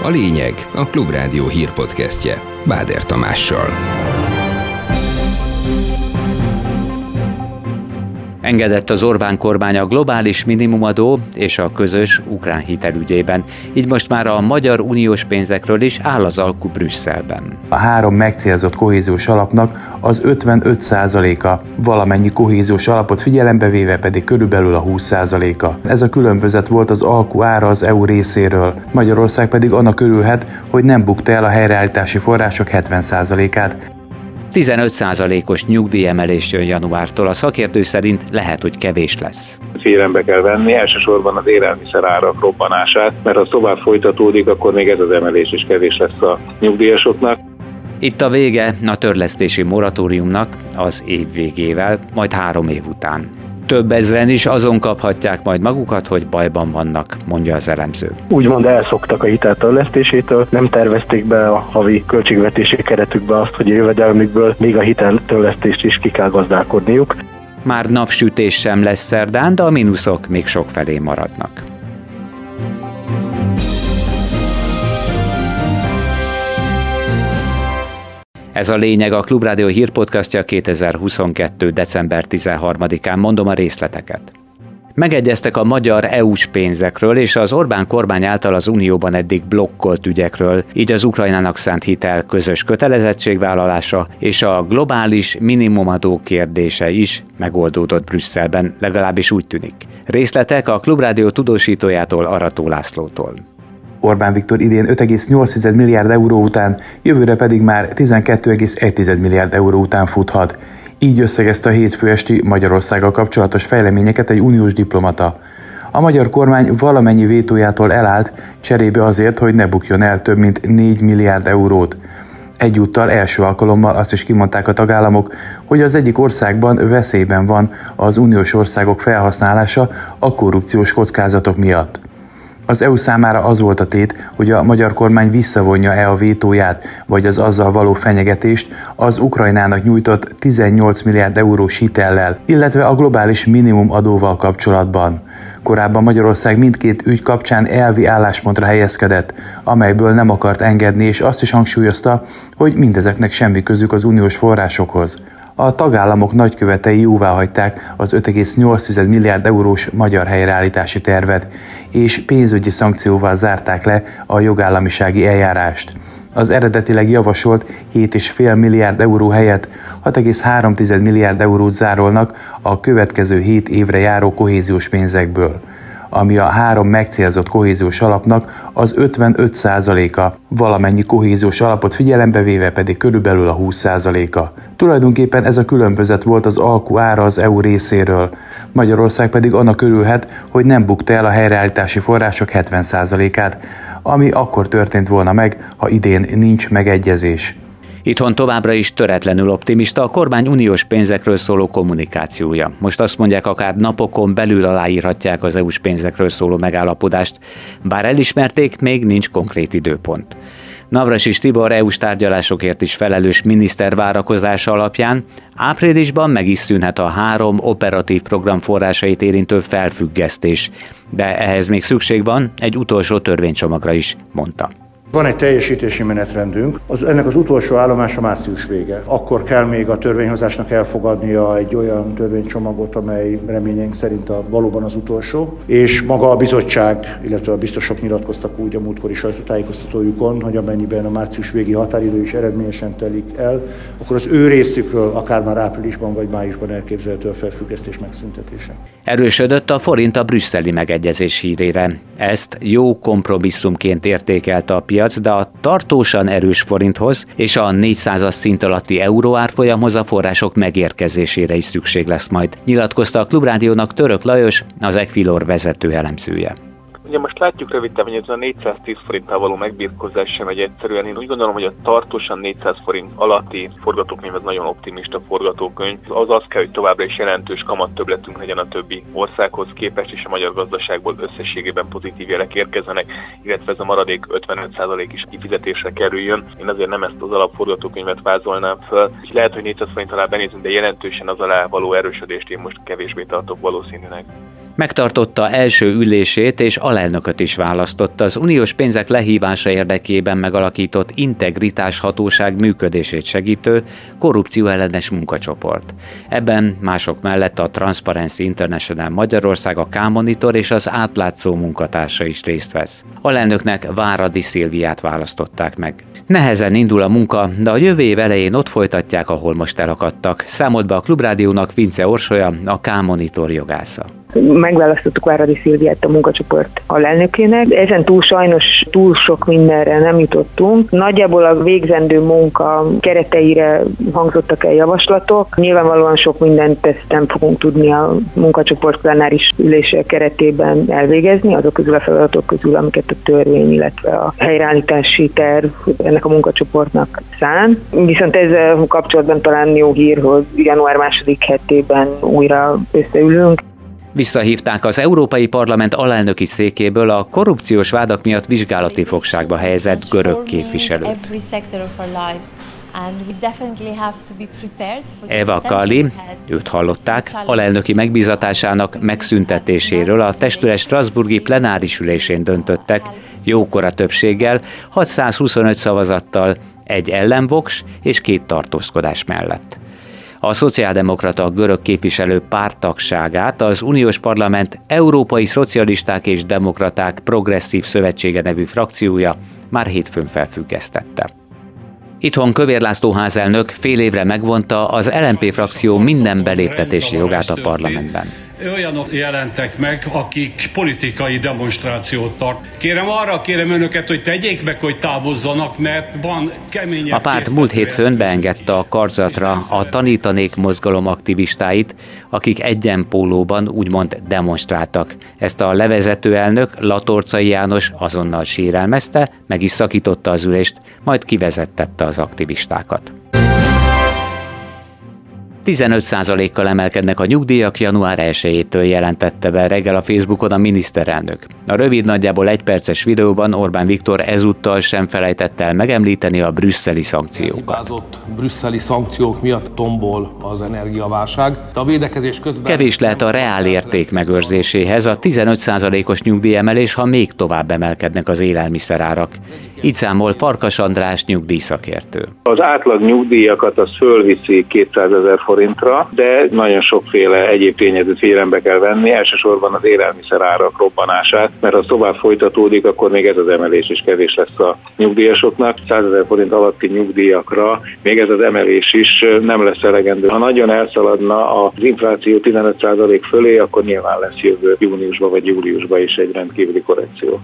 A lényeg a Klubrádió hírpodcastje Báder Tamással. Engedett az Orbán kormány a globális minimumadó és a közös ukrán hitel ügyében. Így most már a magyar uniós pénzekről is áll az alku Brüsszelben. A 3 megcélzott kohéziós alapnak az 55%-a, valamennyi kohéziós alapot figyelembe véve pedig körülbelül a 20%-a. Ez a különbözet volt az alku ára az EU részéről. Magyarország pedig annak örülhet, hogy nem bukta el a helyreállítási források 70%-át. 15%-os nyugdíjemelés jön januártól. A szakértő szerint lehet, hogy kevés lesz. Figyelembe kell venni elsősorban az élelmiszerárak robbanását, mert ha tovább folytatódik, akkor még ez az emelés is kevés lesz a nyugdíjasoknak. Itt a vége a törlesztési moratóriumnak az év végével, majd 3 év után. Több ezren is azon kaphatják majd magukat, hogy bajban vannak, mondja az elemző. Úgymond elszoktak a hiteltörlesztésétől, nem tervezték be a havi költségvetési keretükbe azt, hogy a jövedelmükből még a hiteltörlesztést is ki kell gazdálkodniuk. Már napsütés sem lesz szerdán, de a mínuszok még sokfelé maradnak. Ez a lényeg, a Klubrádió hírpodcastja 2022. december 13-án, mondom a részleteket. Megegyeztek a magyar EU-s pénzekről és az Orbán kormány által az Unióban eddig blokkolt ügyekről, így az Ukrajnának szánt hitel közös kötelezettségvállalása és a globális minimumadó kérdése is megoldódott Brüsszelben, legalábbis úgy tűnik. Részletek a Klubrádió tudósítójától, Arató Lászlótól. Orbán Viktor idén 5,8 milliárd euró után, jövőre pedig már 12,1 milliárd euró után futhat. Így összegezte a hétfő esti Magyarországgal kapcsolatos fejleményeket egy uniós diplomata. A magyar kormány valamennyi vétójától elállt, cserébe azért, hogy ne bukjon el több mint 4 milliárd eurót. Egyúttal első alkalommal azt is kimondták a tagállamok, hogy az egyik országban veszélyben van az uniós országok felhasználása a korrupciós kockázatok miatt. Az EU számára az volt a tét, hogy a magyar kormány visszavonja-e a vétóját, vagy az azzal való fenyegetést az Ukrajnának nyújtott 18 milliárd eurós hitellel, illetve a globális minimum adóval kapcsolatban. Korábban Magyarország mindkét ügy kapcsán elvi álláspontra helyezkedett, amelyből nem akart engedni, és azt is hangsúlyozta, hogy mindezeknek semmi közük az uniós forrásokhoz. A tagállamok nagykövetei jóváhagyták az 5,8 milliárd eurós magyar helyreállítási tervet, és pénzügyi szankcióval zárták le a jogállamisági eljárást. Az eredetileg javasolt 7,5 milliárd euró helyett 6,3 milliárd eurót zárolnak a következő 7 évre járó kohéziós pénzekből, ami a 3 megcélzott kohéziós alapnak az 55%-a, valamennyi kohéziós alapot figyelembe véve pedig körülbelül a 20%-a. Tulajdonképpen ez a különbözet volt az alku ára az EU részéről. Magyarország pedig annak örülhet, hogy nem bukta el a helyreállítási források 70%-át, ami akkor történt volna meg, ha idén nincs megegyezés. Itthon továbbra is töretlenül optimista a kormány uniós pénzekről szóló kommunikációja. Most azt mondják, akár napokon belül aláírhatják az EU-s pénzekről szóló megállapodást, bár elismerték, még nincs konkrét időpont. Navracsics Tibor EU-s tárgyalásokért is felelős miniszter várakozása alapján áprilisban meg is szűnhet a 3 operatív program forrásait érintő felfüggesztés, de ehhez még szükség van egy utolsó törvénycsomagra is, mondta. Van egy teljesítési menetrendünk, ennek az utolsó állomása március vége. Akkor kell még a törvényhozásnak elfogadnia egy olyan törvénycsomagot, amely reményeink szerint valóban az utolsó, és maga a bizottság, illetve a biztosok nyilatkoztak úgy a múltkori sajtótájékoztatójukon, hogy amennyiben a március végi határidő is eredményesen telik el, akkor az ő részükről akár már áprilisban vagy májusban elképzelhető a felfüggesztés megszüntetése. Erősödött a forint a brüsszeli megegyezés hírére. Ezt jó kompromisszumként értékelte a piac, de a tartósan erős forinthoz és a 400-as szint alatti euró árfolyamhoz a források megérkezésére is szükség lesz majd, nyilatkozta a Klubrádiónak Török Lajos, az Equilor vezető elemzője. Ugye most látjuk rövid távon, hogy ez a 410 forinttal való megbirkózás sem egy egyszerűen. Én úgy gondolom, hogy a tartósan 400 forint alatti forgatókönyv az nagyon optimista forgatókönyv. Az kell, hogy továbbra is jelentős kamattöbbletünk legyen a többi országhoz képest, és a magyar gazdaságból összességében pozitív jelek érkezzenek, illetve ez a maradék 55% is kifizetésre kerüljön. Én azért nem ezt az alapforgatókönyvet vázolnám föl. És lehet, hogy 400 forint alá benézünk, de jelentősen az alá való erősödést én most kevésbé tartok valószínűnek. Megtartotta első ülését és alelnököt is választotta az uniós pénzek lehívása érdekében megalakított integritás hatóság működését segítő korrupcióellenes munkacsoport. Ebben mások mellett a Transparency International Magyarország, a K-Monitor és az Átlátszó munkatársa is részt vesz. Alelnöknek Váradi Szilviát választották meg. Nehezen indul a munka, de a jövő év elején ott folytatják, ahol most elakadtak. Számolt be a Klubrádiónak Vince Orsolya, a K-Monitor jogásza. Megválasztottuk Váradi Szilviát a munkacsoport alelnökének. Ezen túl sajnos túl sok mindenre nem jutottunk. Nagyjából a végzendő munka kereteire hangzottak el javaslatok. Nyilvánvalóan sok mindent ezt nem fogunk tudni a munkacsoport plenáris ülése keretében elvégezni, azok közül a feladatok közül, amiket a törvény, illetve a helyreállítási terv ennek a munkacsoportnak szán. Viszont ezzel kapcsolatban talán jó hír, hogy január 2. hetében újra összeülünk. Visszahívták az Európai Parlament alelnöki székéből a korrupciós vádak miatt vizsgálati fogságba helyezett görög képviselőt. Eva Kaili, őt hallották, alelnöki megbízatásának megszüntetéséről a testület strasbourgi plenáris ülésén döntöttek, jókora többséggel, 625 szavazattal, egy ellenvoks és 2 tartózkodás mellett. A szociáldemokrata görög képviselő párttagságát az Uniós Parlament Európai Szocialisták és Demokraták Progresszív Szövetsége nevű frakciója már hétfőn felfüggesztette. Itthon Kövér László házelnök fél évre megvonta az LMP frakció minden beléptetési jogát a parlamentben. Olyanok jelentek meg, akik politikai demonstrációt tart. Kérem önöket, hogy tegyék meg, hogy távozzanak, mert van keményebb. A párt múlt hétfőn beengedte a karzatra a Tanítanék mozgalom aktivistáit, akik egyenpólóban úgymond demonstráltak. Ezt a levezető elnök, Latorcai János azonnal sérelmezte, meg is szakította az ülést, majd kivezettette az aktivistákat. 15%-kal emelkednek a nyugdíjak január 1-től, jelentette be reggel a Facebookon a miniszterelnök. A rövid, nagyjából 1 perces videóban Orbán Viktor ezúttal sem felejtett el megemlíteni a brüsszeli szankciókat. Hibázott brüsszeli szankciók miatt tombol az energiaválság, de a védekezés közben... Kevés lehet a reál érték megőrzéséhez a 15%-os nyugdíjemelés, ha még tovább emelkednek az élelmiszerárak. Így számol Farkas András nyugdíjszakértő. Az átlag nyugdíjakat az fölviszi 200 000 forintra, de nagyon sokféle egyéb tényezőt figyelembe kell venni, elsősorban az élelmiszerárak robbanását, mert ha tovább folytatódik, akkor még ez az emelés is kevés lesz a nyugdíjasoknak. 100 000 forint alatti nyugdíjakra még ez az emelés is nem lesz elegendő. Ha nagyon elszaladna az infláció 15% fölé, akkor nyilván lesz jövő júniusban vagy júliusban is egy rendkívüli korrekció.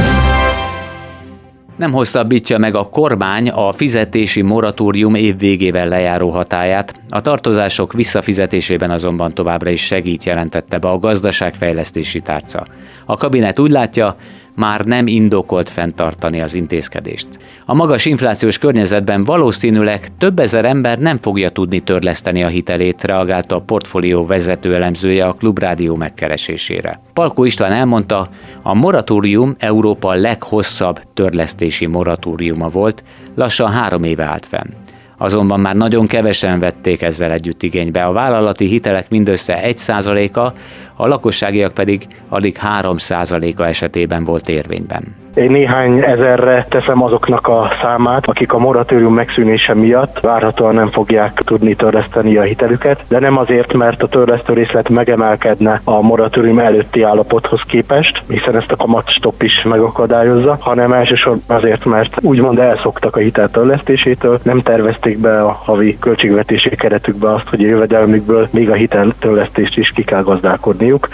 Nem hosszabbítja meg a kormány a fizetési moratórium év végével lejáró hatályát, a tartozások visszafizetésében azonban továbbra is segít, jelentette be a gazdaságfejlesztési tárca. A kabinet úgy látja, már nem indokolt fenntartani az intézkedést. A magas inflációs környezetben valószínűleg több ezer ember nem fogja tudni törleszteni a hitelét, reagálta a portfólió vezető elemzője a Klubrádió megkeresésére. Palkó István elmondta, a moratórium Európa leghosszabb törlesztési moratóriuma volt, lassan 3 éve állt fenn. Azonban már nagyon kevesen vették ezzel együtt igénybe. A vállalati hitelek mindössze 1%-a, a lakosságiak pedig alig 3%-a esetében volt érvényben. Én néhány ezerre teszem azoknak a számát, akik a moratórium megszűnése miatt várhatóan nem fogják tudni törleszteni a hitelüket, de nem azért, mert a törlesztő részlet megemelkedne a moratórium előtti állapothoz képest, hiszen ezt a kamatstopp is megakadályozza, hanem elsősorban azért, mert úgymond elszoktak a hitel törlesztésétől, nem tervezték be a havi költségvetési keretükbe azt, hogy a jövedelmükből még a hitel törlesztést is ki kell gazdálkodniuk.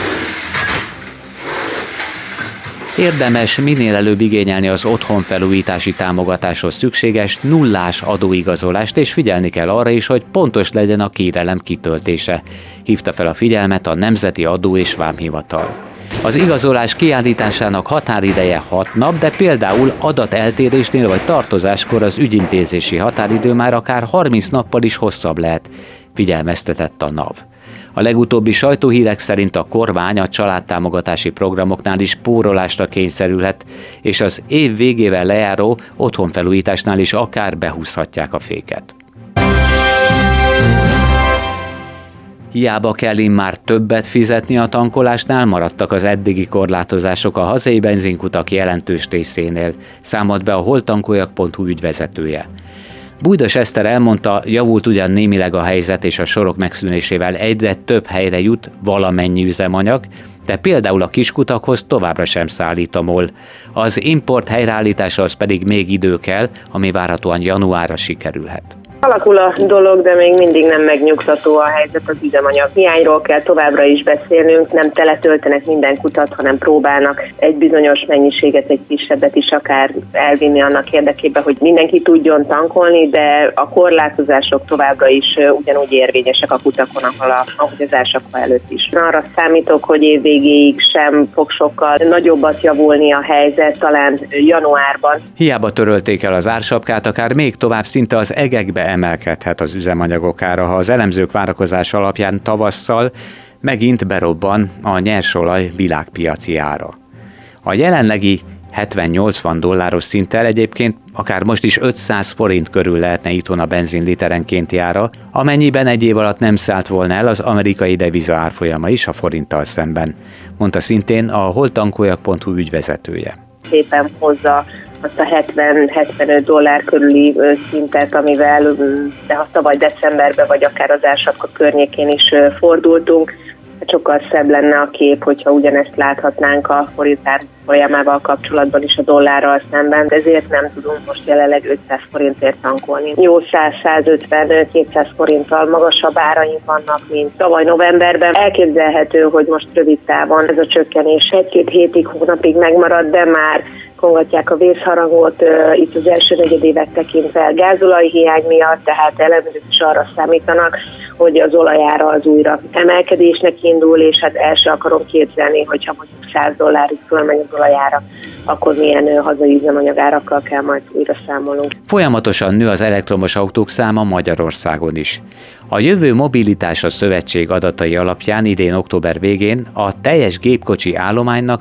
Érdemes minél előbb igényelni az otthonfelújítási támogatáshoz szükséges nullás adóigazolást, és figyelni kell arra is, hogy pontos legyen a kérelem kitöltése. Hívta fel a figyelmet a Nemzeti Adó és Vámhivatal. Az igazolás kiállításának határideje 6 nap, de például adateltérésnél vagy tartozáskor az ügyintézési határidő már akár 30 nappal is hosszabb lehet, figyelmeztetett a NAV. A legutóbbi sajtóhírek szerint a kormány a családtámogatási programoknál is spórolásra kényszerülhet, és az év végével lejáró otthonfelújításnál is akár behúzhatják a féket. Hiába kell immár többet fizetni a tankolásnál, maradtak az eddigi korlátozások a hazai benzinkutak jelentős részénél, számolt be a holtankoljak.hu ügyvezetője. Bújdos Eszter elmondta, javult ugyan némileg a helyzet, és a sorok megszűnésével egyre több helyre jut valamennyi üzemanyag, de például a kiskutakhoz továbbra sem szállít a MOL. Az import helyreállításához pedig még idő kell, ami várhatóan januárra sikerülhet. Alakul a dolog, de még mindig nem megnyugtató a helyzet, az üzemanyag hiányról kell továbbra is beszélnünk, nem teletöltenek minden kutat, hanem próbálnak egy bizonyos mennyiséget, egy kisebbet is akár elvinni annak érdekében, hogy mindenki tudjon tankolni, de a korlátozások továbbra is ugyanúgy érvényesek a kutakon, ahogy az ásapka előtt is. Arra számítok, hogy év végéig sem fog sokkal nagyobbat javulni a helyzet, talán januárban. Hiába törölték el az ársapkát, akár még tovább szinte az egekbe emelkedhet az üzemanyagok ára, ha az elemzők várakozás alapján tavasszal megint berobban a nyersolaj világpiaci ára. A jelenlegi $70-80 szinttel egyébként akár most is 500 forint körül lehetne itthon a benzin literenkénti ára, amennyiben egy év alatt nem szállt volna el az amerikai deviza árfolyama is a forinttal szemben, mondta szintén a holtankoljak.hu ügyvezetője. Szépen hozza azt a $70-75 körüli szintet, amivel de ha tavaly decemberben vagy akár az ársapka környékén is fordultunk. Sokkal szebb lenne a kép, hogyha ugyanezt láthatnánk a forint árfolyamával kapcsolatban is a dollárral szemben, ezért nem tudunk most jelenleg 500 forintért tankolni. Jó 100-150-200 forinttal magasabb áraink vannak, mint tavaly novemberben. Elképzelhető, hogy most rövid távon ez a csökkenés 1-2 hétig, hónapig megmarad, de már kongatják a vészharangot itt az első negyedévet tekintve gázolaj hiány miatt, tehát elemzők is arra számítanak, hogy az olajára az újra emelkedésnek indul, és hát el sem akarom képzelni, hogyha mondjuk $100 fölmegy az olajára, akkor milyen hazai üzemanyagárakkal kell majd újra számolnunk. Folyamatosan nő az elektromos autók száma Magyarországon is. A Jövő Mobilitása Szövetség adatai alapján idén október végén a teljes gépkocsi állománynak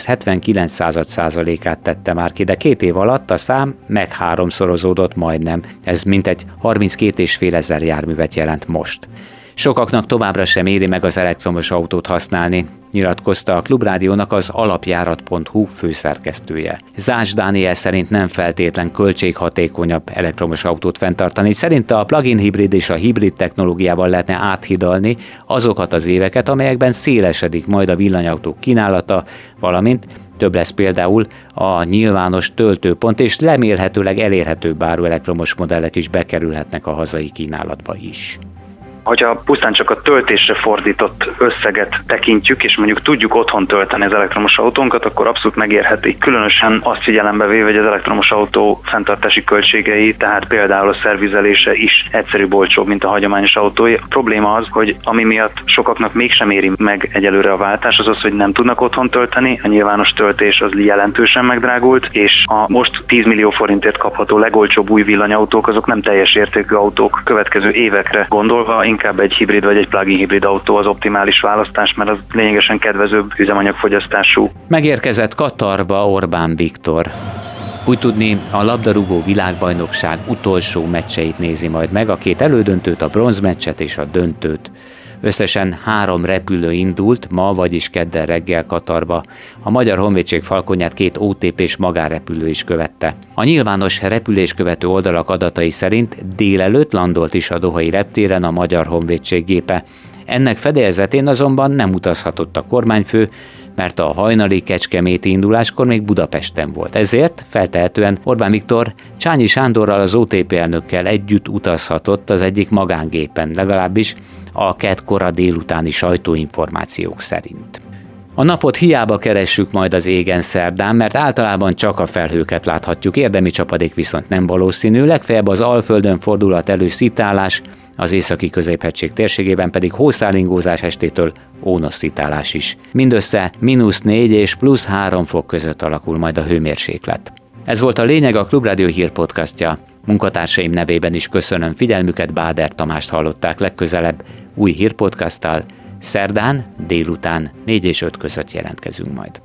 0,79%-át tette már ki, de 2 év alatt a szám meg 3-szorozódott majdnem. Ez mintegy 32,5 ezer járművet jelent most. Sokaknak továbbra sem éri meg az elektromos autót használni, nyilatkozta a Klubrádiónak az alapjárat.hu főszerkesztője. Zács Dániel szerint nem feltétlen költséghatékonyabb elektromos autót fenntartani. Szerinte a plug-in hibrid és a hibrid technológiával lehetne áthidalni azokat az éveket, amelyekben szélesedik majd a villanyautók kínálata, valamint több lesz például a nyilvános töltőpont, és remélhetőleg elérhetőbb áru elektromos modellek is bekerülhetnek a hazai kínálatba is. Hogyha pusztán csak a töltésre fordított összeget tekintjük, és mondjuk tudjuk otthon tölteni az elektromos autónkat, akkor abszolút megérheti. Különösen azt figyelembe véve, hogy az elektromos autó fenntartási költségei, tehát például a szervizelése is egyszerűbb, olcsóbb, mint a hagyományos autói. A probléma az, hogy ami miatt sokaknak mégsem éri meg egyelőre a váltás, az az, hogy nem tudnak otthon tölteni, a nyilvános töltés az jelentősen megdrágult, és a most 10 millió forintért kapható legolcsóbb új villanyautók, azok nem teljes értékű autók. Következő évekre gondolva inkább egy hibrid vagy egy plug-in hibrid autó az optimális választás, mert az lényegesen kedvezőbb üzemanyagfogyasztású. Megérkezett Katarba Orbán Viktor. Úgy tudni, a labdarúgó világbajnokság utolsó meccseit nézi majd meg, a 2 elődöntőt, a bronzmeccset és a döntőt. Összesen 3 repülő indult ma, vagyis kedden reggel Katarba. A Magyar Honvédség falkonját 2 OTP-s magánrepülő is követte. A nyilvános repülés követő oldalak adatai szerint délelőtt landolt is a dohai reptéren a Magyar Honvédség gépe. Ennek fedélzetén azonban nem utazhatott a kormányfő, mert a hajnali kecskeméti induláskor még Budapesten volt. Ezért feltehetően Orbán Viktor Csányi Sándorral, az OTP elnökkel együtt utazhatott az egyik magángépen, legalábbis a kedd kora délutáni sajtóinformációk szerint. A napot hiába keressük majd az égen szerdán, mert általában csak a felhőket láthatjuk, érdemi csapadék viszont nem valószínű, legfeljebb az Alföldön fordulhat elő szitálás, az északi középhegység térségében pedig hószálingózás, estétől ónos szitálás is. Mindössze -4 és +3 fok között alakul majd a hőmérséklet. Ez volt a lényeg, a Klubrádió hírpodcastja. Munkatársaim nevében is köszönöm figyelmüket, Báder Tamást hallották, legközelebb új hírpodcasttal. Szerdán délután 4 és 5 között jelentkezünk majd.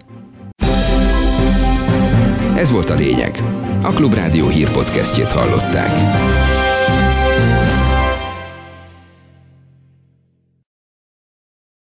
Ez volt a lényeg. A Klubrádió hírpodcastjét hallották.